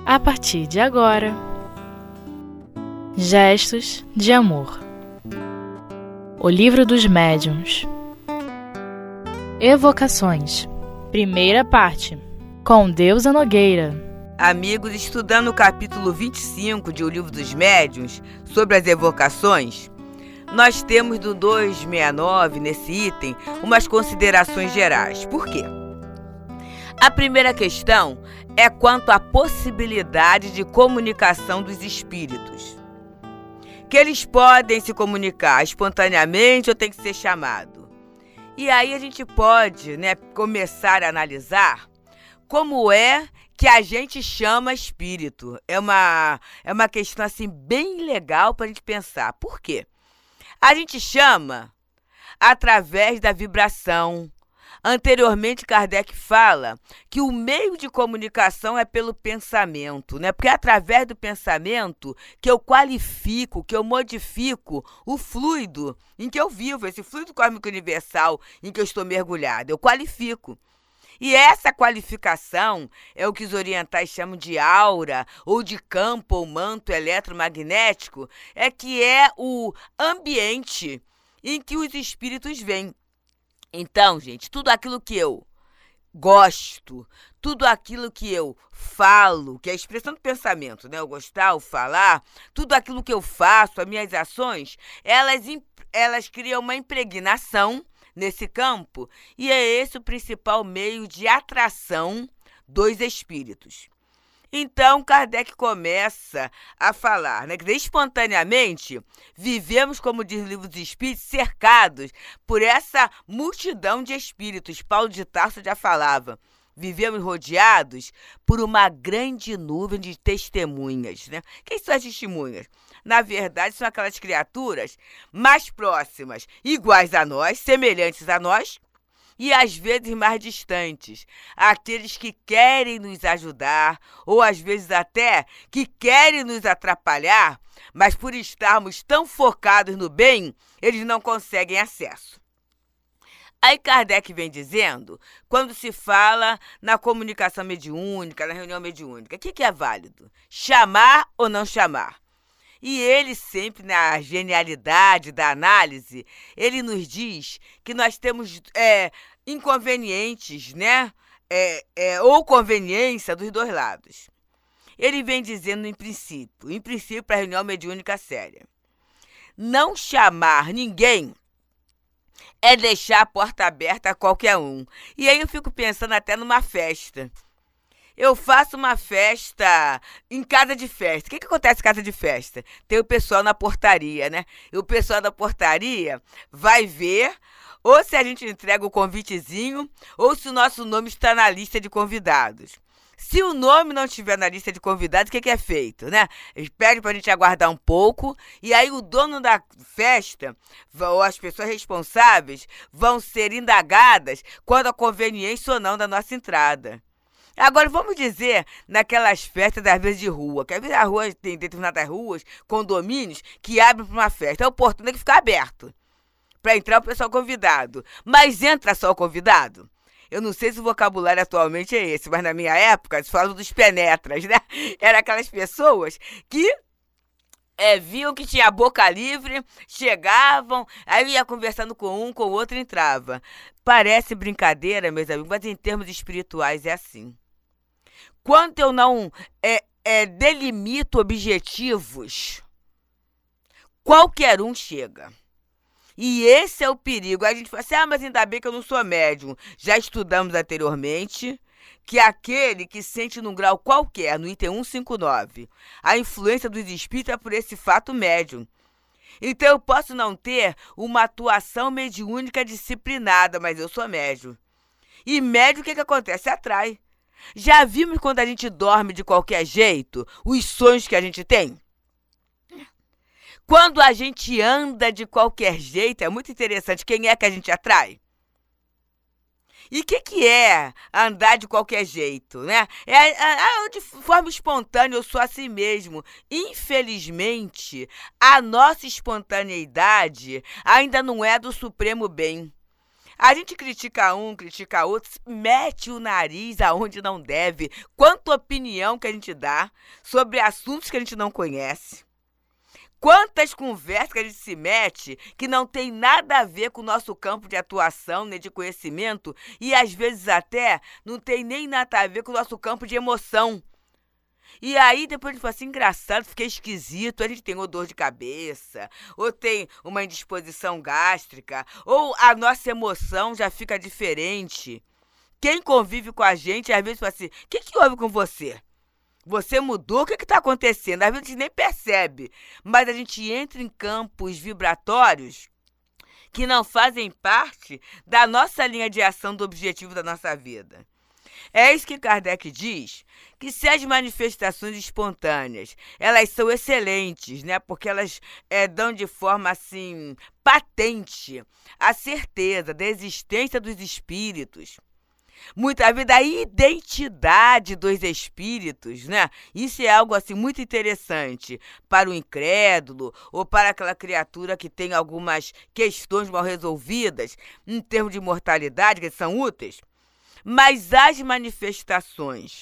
a partir de agora. Gestos de Amor. O Livro dos Médiuns. Evocações. Primeira parte. Com Deusa Nogueira. Amigos, estudando o capítulo 25 de O Livro dos Médiuns, sobre as evocações, nós temos do 269, nesse item, umas considerações gerais. Por quê? A primeira questão é quanto à possibilidade de comunicação dos espíritos. Que eles podem se comunicar espontaneamente ou tem que ser chamado. E aí a gente pode, começar a analisar como é que a gente chama espírito. É uma questão assim bem legal para a gente pensar. Por quê? A gente chama através da vibração. Anteriormente, Kardec fala que o meio de comunicação é pelo pensamento, né? Porque é através do pensamento que eu qualifico, que eu modifico o fluido em que eu vivo, esse fluido cósmico universal em que eu estou mergulhado. Eu qualifico. E essa qualificação é o que os orientais chamam de aura, ou de campo ou manto eletromagnético, que é o ambiente em que os espíritos vêm. Então, gente, tudo aquilo que eu gosto, tudo aquilo que eu falo, que é a expressão do pensamento, né? O gostar, o falar, tudo aquilo que eu faço, as minhas ações, elas criam uma impregnação nesse campo, e é esse o principal meio de atração dos espíritos. Então, Kardec começa a falar, que espontaneamente vivemos, como diz o Livro dos Espíritos, cercados por essa multidão de espíritos. Paulo de Tarso já falava. Vivemos rodeados por uma grande nuvem de testemunhas. Quem são as testemunhas? Na verdade, são aquelas criaturas mais próximas, iguais a nós, semelhantes a nós, e às vezes mais distantes, aqueles que querem nos ajudar, ou às vezes até que querem nos atrapalhar, mas por estarmos tão focados no bem, eles não conseguem acesso. Aí Kardec vem dizendo, quando se fala na comunicação mediúnica, na reunião mediúnica, o que é válido? Chamar ou não chamar? E ele sempre, na genialidade da análise, ele nos diz que nós temos inconvenientes, ou conveniência dos dois lados. Ele vem dizendo em princípio para a reunião mediúnica séria. Não chamar ninguém é deixar a porta aberta a qualquer um. E aí eu fico pensando até numa festa. Eu faço uma festa em casa de festa. O que acontece em casa de festa? Tem o pessoal na portaria, E o pessoal da portaria vai ver ou se a gente entrega o convitezinho ou se o nosso nome está na lista de convidados. Se o nome não estiver na lista de convidados, o que é feito, Eles pedem para a gente aguardar um pouco e aí o dono da festa ou as pessoas responsáveis vão ser indagadas quanto à conveniência ou não da nossa entrada. Agora, vamos dizer, naquelas festas, às vezes, de rua, que às vezes a rua tem determinadas ruas, condomínios, que abrem para uma festa. É o portão tem que ficar aberto para entrar o pessoal convidado. Mas entra só o convidado? Eu não sei se o vocabulário atualmente é esse, mas na minha época, se fala dos penetras, Era aquelas pessoas que viam que tinha a boca livre, chegavam, aí ia conversando com um, com o outro e entrava. Parece brincadeira, meus amigos, mas em termos espirituais é assim. Quando eu não delimito objetivos, qualquer um chega. E esse é o perigo. A gente fala assim, mas ainda bem que eu não sou médium. Já estudamos anteriormente que aquele que sente num grau qualquer, no item 159, a influência dos espíritos é por esse fato médium. Então eu posso não ter uma atuação mediúnica disciplinada, mas eu sou médium. E médium, o que acontece? Atrai. Já vimos quando a gente dorme de qualquer jeito, os sonhos que a gente tem? Quando a gente anda de qualquer jeito, é muito interessante, quem é que a gente atrai? E o que é andar de qualquer jeito, de forma espontânea, eu sou assim mesmo. Infelizmente, a nossa espontaneidade ainda não é do supremo bem. A gente critica um, critica outro, mete o nariz aonde não deve. Quanta opinião que a gente dá sobre assuntos que a gente não conhece. Quantas conversas que a gente se mete que não tem nada a ver com o nosso campo de atuação, nem de conhecimento, e às vezes até não tem nem nada a ver com o nosso campo de emoção. E aí depois a gente fala assim, engraçado, fiquei esquisito, a gente tem ou dor de cabeça, ou tem uma indisposição gástrica, ou a nossa emoção já fica diferente. Quem convive com a gente às vezes fala assim, o que houve com você? Você mudou? O que está acontecendo? Às vezes a gente nem percebe, mas a gente entra em campos vibratórios que não fazem parte da nossa linha de ação do objetivo da nossa vida. É isso que Kardec diz, que se as manifestações espontâneas, elas são excelentes, né? Porque elas dão de forma assim patente a certeza da existência dos espíritos. Muitas vezes a identidade dos espíritos, né? Isso é algo assim muito interessante para o incrédulo ou para aquela criatura que tem algumas questões mal resolvidas em termos de mortalidade, que são úteis. Mas as manifestações,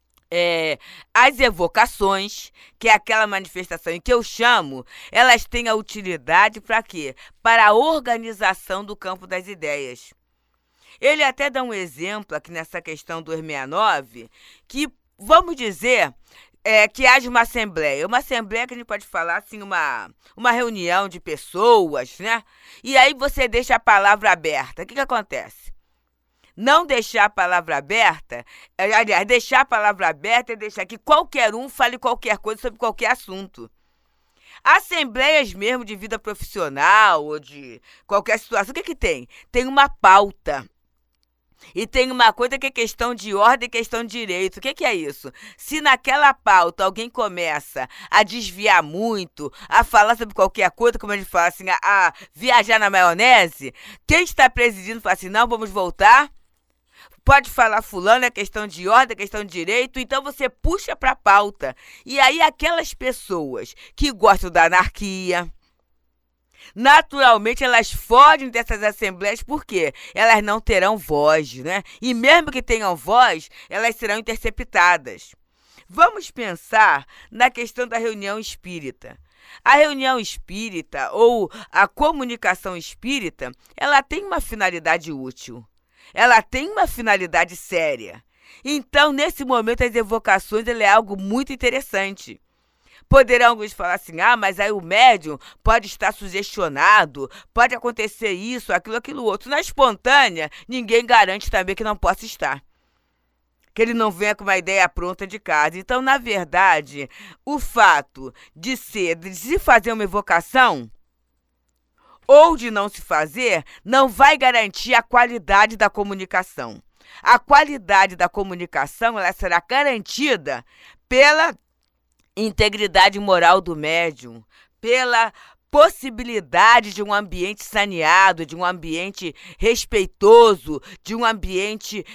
as evocações, que é aquela manifestação em que eu chamo, elas têm a utilidade para quê? Para a organização do campo das ideias. Ele até dá um exemplo aqui nessa questão 269, que vamos dizer que haja uma assembleia. Uma assembleia que a gente pode falar assim, uma reunião de pessoas, né? E aí você deixa a palavra aberta. O que acontece? Não deixar a palavra aberta, aliás, deixar a palavra aberta é deixar que qualquer um fale qualquer coisa sobre qualquer assunto. Assembleias mesmo de vida profissional ou de qualquer situação, o que tem? Tem uma pauta. E tem uma coisa que é questão de ordem e questão de direito. O que é isso? Se naquela pauta alguém começa a desviar muito, a falar sobre qualquer coisa, como a gente fala assim, a viajar na maionese, quem está presidindo fala assim, não, vamos voltar? Pode falar fulano, é questão de ordem, é questão de direito, então você puxa para a pauta. E aí aquelas pessoas que gostam da anarquia, naturalmente elas fogem dessas assembleias porque elas não terão voz, né? E mesmo que tenham voz, elas serão interceptadas. Vamos pensar na questão da reunião espírita. A reunião espírita ou a comunicação espírita, ela tem uma finalidade útil. Ela tem uma finalidade séria. Então, nesse momento, as evocações é algo muito interessante. Poderão alguns falar assim, mas aí o médium pode estar sugestionado, pode acontecer isso, aquilo outro. Na espontânea, ninguém garante também que não possa estar. Que ele não venha com uma ideia pronta de casa. Então, na verdade, o fato de se fazer uma evocação ou de não se fazer, não vai garantir a qualidade da comunicação. A qualidade da comunicação ela será garantida pela integridade moral do médium, pela possibilidade de um ambiente saneado, de um ambiente respeitoso, de um ambiente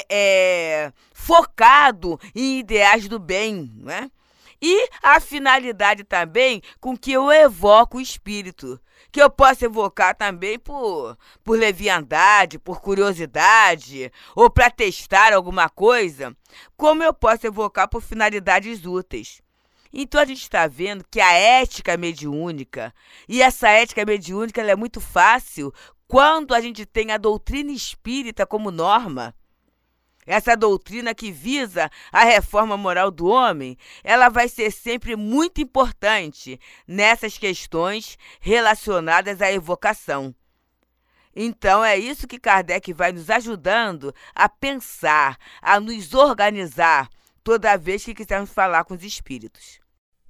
focado em ideais do bem, né? E a finalidade também com que eu evoco o espírito, que eu posso evocar também por leviandade, por curiosidade, ou para testar alguma coisa, como eu posso evocar por finalidades úteis. Então, a gente está vendo que a ética mediúnica, e essa ética mediúnica ela é muito fácil quando a gente tem a doutrina espírita como norma. Essa doutrina que visa a reforma moral do homem, ela vai ser sempre muito importante nessas questões relacionadas à evocação. Então, é isso que Kardec vai nos ajudando a pensar, a nos organizar, toda vez que quisermos falar com os espíritos.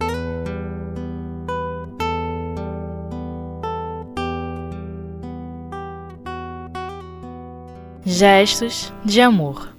Gestos de amor.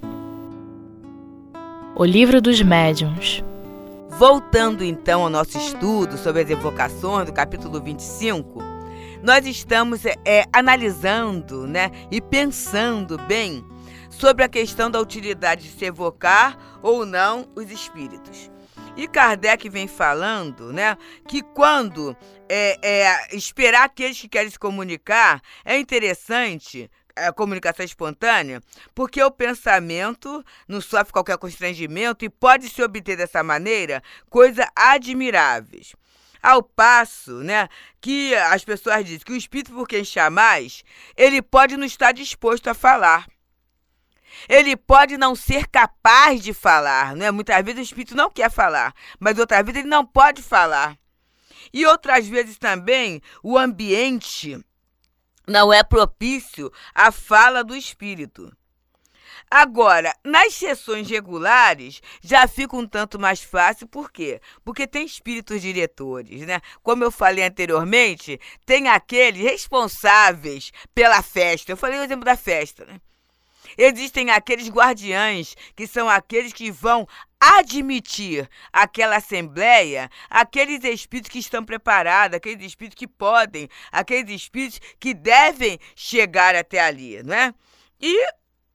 O Livro dos Médiuns. Voltando então ao nosso estudo sobre as evocações do capítulo 25, nós estamos analisando, né, e pensando bem sobre a questão da utilidade de se evocar ou não os espíritos. E Kardec vem falando, né, que quando esperar aqueles que querem se comunicar, é interessante a comunicação espontânea, porque o pensamento não sofre qualquer constrangimento e pode se obter dessa maneira coisas admiráveis. Ao passo, né, que as pessoas dizem que o espírito por quem chamais, ele pode não estar disposto a falar. Ele pode não ser capaz de falar, né? Muitas vezes o espírito não quer falar, mas outras vezes ele não pode falar. E outras vezes também o ambiente não é propício à fala do espírito. Agora, nas sessões regulares, já fica um tanto mais fácil, por quê? Porque tem espíritos diretores, né? Como eu falei anteriormente, tem aqueles responsáveis pela festa. Eu falei o exemplo da festa, né? Existem aqueles guardiães, que são aqueles que vão admitir aquela assembleia, aqueles espíritos que estão preparados, aqueles espíritos que podem, aqueles espíritos que devem chegar até ali, né? E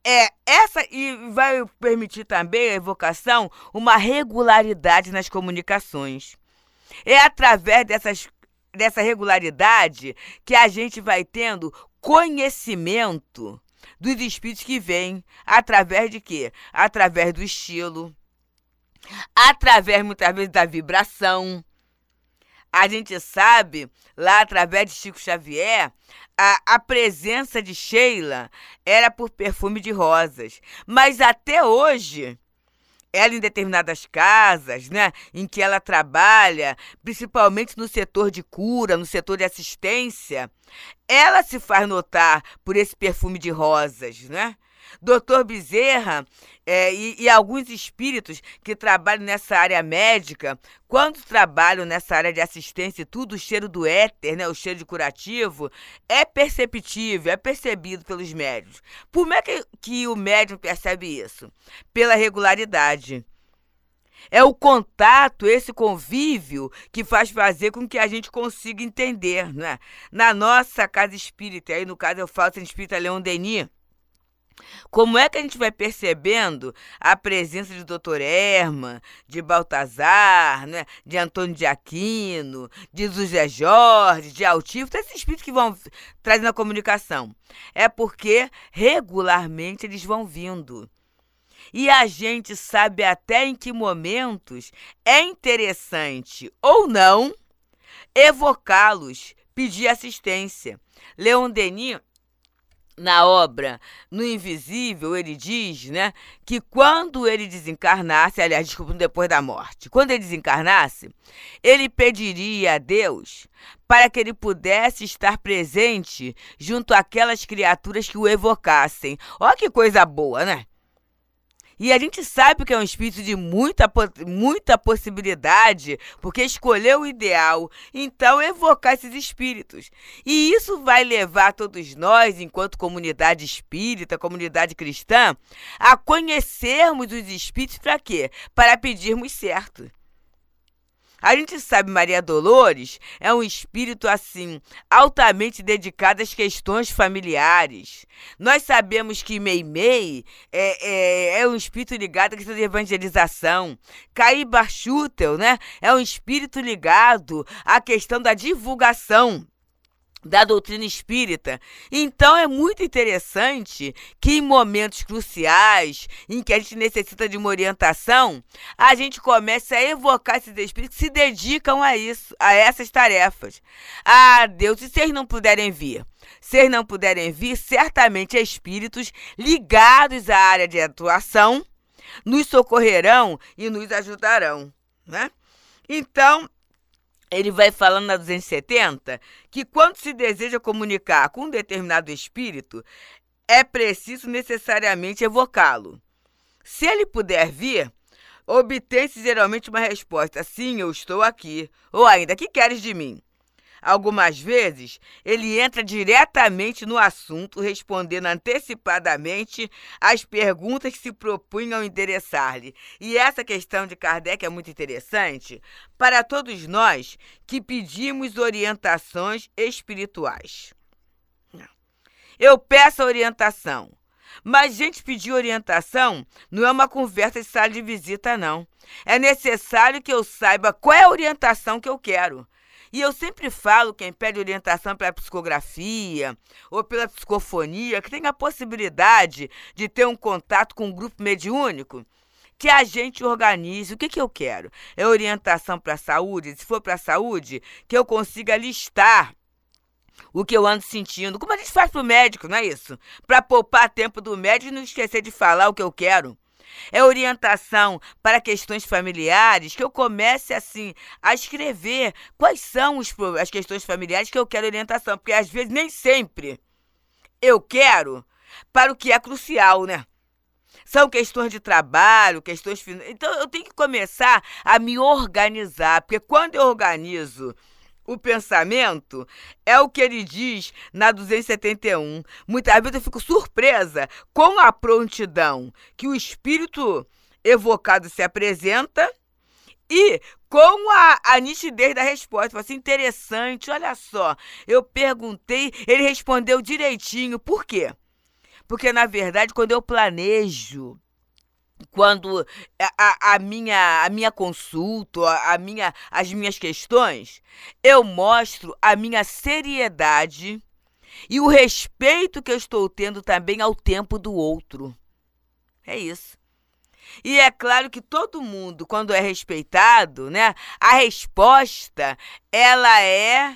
vai permitir também a evocação uma regularidade nas comunicações. É através dessa regularidade que a gente vai tendo conhecimento dos espíritos que vêm. Através de quê? Através do estilo, através muitas vezes da vibração. A gente sabe, lá através de Chico Xavier, a presença de Sheila era por perfume de rosas. Mas até hoje, ela em determinadas casas, né, em que ela trabalha, principalmente no setor de cura, no setor de assistência, ela se faz notar por esse perfume de rosas, né? Dr. Bezerra e alguns espíritos que trabalham nessa área médica, quando trabalham nessa área de assistência e tudo, o cheiro do éter, né, o cheiro de curativo, é perceptível, é percebido pelos médiuns. Como é que o médium percebe isso? Pela regularidade. É o contato, esse convívio, que faz fazer com que a gente consiga entender, né? Na nossa casa espírita, aí no caso eu falo Centro Espírita Leon Denis, como é que a gente vai percebendo a presença de Dr. Herman, de Baltazar, né, de Antônio de Aquino, de José Jorge, de Altivo, esses espíritos que vão trazendo a comunicação? É porque regularmente eles vão vindo. E a gente sabe até em que momentos é interessante ou não evocá-los, pedir assistência. Leon Denis, na obra No Invisível, ele diz, né, que quando ele desencarnasse, aliás, desculpa, depois da morte, quando ele desencarnasse, ele pediria a Deus para que ele pudesse estar presente junto àquelas criaturas que o evocassem. Olha que coisa boa, né? E a gente sabe que é um espírito de muita possibilidade, porque escolheu o ideal, então evocar esses espíritos. E isso vai levar todos nós, enquanto comunidade espírita, comunidade cristã, a conhecermos os espíritos para quê? Para pedirmos certo. A gente sabe, Maria Dolores é um espírito, assim, altamente dedicado às questões familiares. Nós sabemos que Meimei é um espírito ligado à questão de evangelização. Caíba Schutel, né, é um espírito ligado à questão da divulgação da doutrina espírita. Então é muito interessante que em momentos cruciais, em que a gente necessita de uma orientação, a gente comece a evocar esses espíritos que se dedicam a isso, a essas tarefas. Ah, Deus, e se eles não puderem vir? Se eles não puderem vir, certamente espíritos ligados à área de atuação nos socorrerão e nos ajudarão, né? Então, ele vai falando na 270 que quando se deseja comunicar com um determinado espírito, é preciso necessariamente evocá-lo. Se ele puder vir, obtém-se geralmente uma resposta: sim, eu estou aqui, ou ainda, que queres de mim? Algumas vezes, ele entra diretamente no assunto, respondendo antecipadamente às perguntas que se propunham endereçar-lhe. E essa questão de Kardec é muito interessante para todos nós que pedimos orientações espirituais. Eu peço a orientação, Mas, gente, pedir orientação não é uma conversa de sala de visita, não. É necessário que eu saiba qual é a orientação que eu quero. E eu sempre falo, quem pede orientação pela psicografia ou pela psicofonia, que tem a possibilidade de ter um contato com um grupo mediúnico, que a gente organize. O que eu quero? É orientação para a saúde? Se for para a saúde, que eu consiga listar o que eu ando sentindo, como a gente faz para o médico, não é isso? Para poupar tempo do médico e não esquecer de falar o que eu quero. É orientação para questões familiares, que eu comece, assim, a escrever quais são as questões familiares que eu quero orientação, porque às vezes nem sempre eu quero para o que é crucial, né? São questões de trabalho, questões financeiras. Então eu tenho que começar a me organizar, porque quando eu organizo o pensamento, é o que ele diz na 271. Muitas vezes eu fico surpresa com a prontidão que o espírito evocado se apresenta e com a nitidez da resposta. Foi assim, interessante, olha só. Eu perguntei, ele respondeu direitinho. Por quê? Porque, na verdade, quando eu planejo, quando a minha consulta, as minhas questões, eu mostro a minha seriedade e o respeito que eu estou tendo também ao tempo do outro. É isso. E é claro que todo mundo, quando é respeitado, né, a resposta, ela é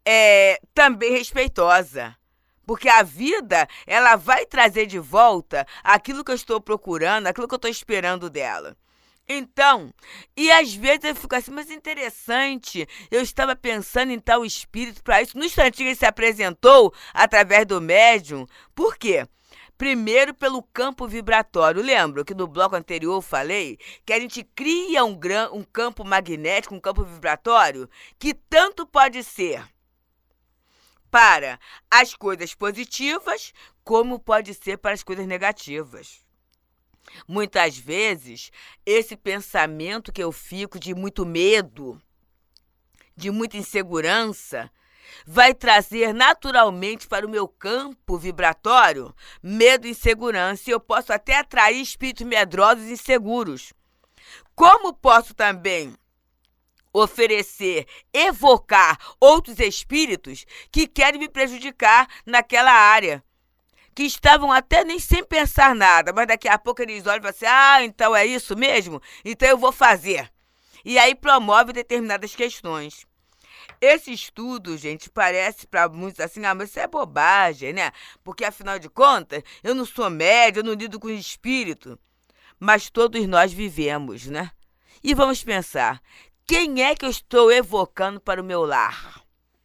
também respeitosa. Porque a vida, ela vai trazer de volta aquilo que eu estou procurando, aquilo que eu estou esperando dela. Então, e às vezes eu fico assim, mas interessante, eu estava pensando em tal espírito para isso. No instantinho ele se apresentou através do médium. Por quê? Primeiro, pelo campo vibratório. Lembra que no bloco anterior eu falei que a gente cria um campo magnético, um campo vibratório, que tanto pode ser para as coisas positivas, como pode ser para as coisas negativas. Muitas vezes, esse pensamento que eu fico de muito medo, de muita insegurança, vai trazer naturalmente para o meu campo vibratório medo e insegurança, e eu posso até atrair espíritos medrosos e inseguros. Como posso também oferecer, evocar outros espíritos que querem me prejudicar naquela área, que estavam até nem sem pensar nada, mas daqui a pouco eles olham e falam assim, então é isso mesmo? Então eu vou fazer. E aí promove determinadas questões. Esse estudo, gente, parece para muitos assim, mas isso é bobagem, né? Porque, afinal de contas, eu não sou médium, eu não lido com espírito. Mas todos nós vivemos, né? E vamos pensar, quem é que eu estou evocando para o meu lar?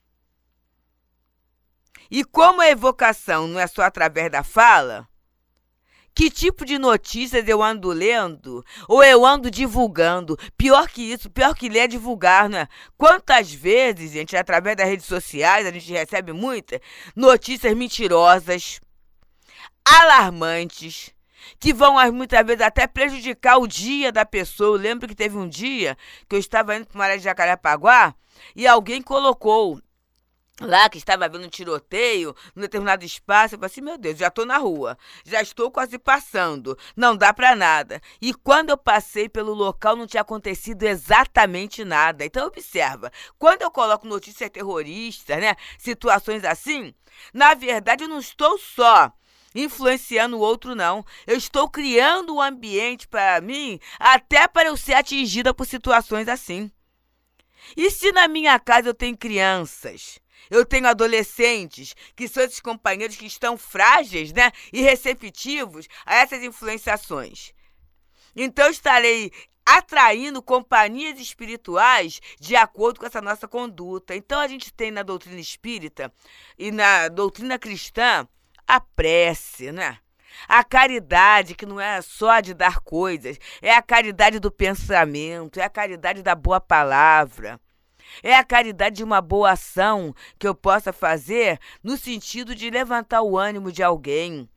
E como a evocação não é só através da fala, que tipo de notícias eu ando lendo ou eu ando divulgando? Pior que isso, pior que ler é divulgar, né? Quantas vezes, gente, através das redes sociais, a gente recebe muitas notícias mentirosas, alarmantes, que vão muitas vezes até prejudicar o dia da pessoa. Eu lembro que teve um dia que eu estava indo para uma área de Jacarepaguá e alguém colocou lá que estava havendo um tiroteio num determinado espaço. Eu falei assim, meu Deus, já estou na rua, já estou quase passando, não dá para nada. E quando eu passei pelo local não tinha acontecido exatamente nada. Então observa, quando eu coloco notícias terroristas, né, situações assim, na verdade eu não estou só influenciando o outro, não. Eu estou criando um ambiente para mim, até para eu ser atingida por situações assim. E se na minha casa eu tenho crianças, eu tenho adolescentes, que são esses companheiros que estão frágeis, né, e receptivos a essas influenciações, então eu estarei atraindo companhias espirituais de acordo com essa nossa conduta. Então a gente tem na doutrina espírita e na doutrina cristã a prece, né? A caridade, que não é só de dar coisas, é a caridade do pensamento, é a caridade da boa palavra, é a caridade de uma boa ação que eu possa fazer no sentido de levantar o ânimo de alguém,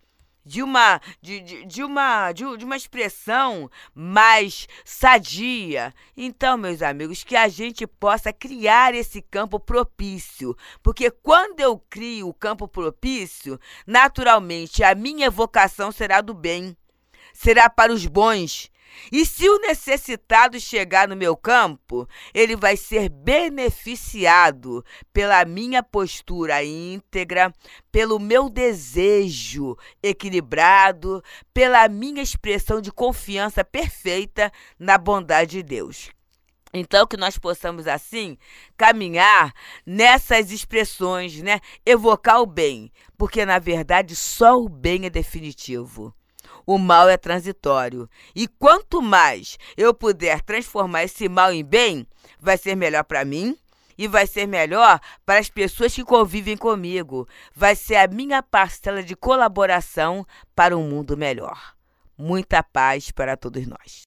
uma expressão mais sadia. Então, meus amigos, que a gente possa criar esse campo propício, porque quando eu crio o campo propício, naturalmente a minha vocação será do bem, será para os bons. E se o necessitado chegar no meu campo, ele vai ser beneficiado pela minha postura íntegra, pelo meu desejo equilibrado, pela minha expressão de confiança perfeita na bondade de Deus. Então, que nós possamos, assim, caminhar nessas expressões, né? Evocar o bem, porque, na verdade, só o bem é definitivo. O mal é transitório. E quanto mais eu puder transformar esse mal em bem, vai ser melhor para mim e vai ser melhor para as pessoas que convivem comigo. Vai ser a minha parcela de colaboração para um mundo melhor. Muita paz para todos nós.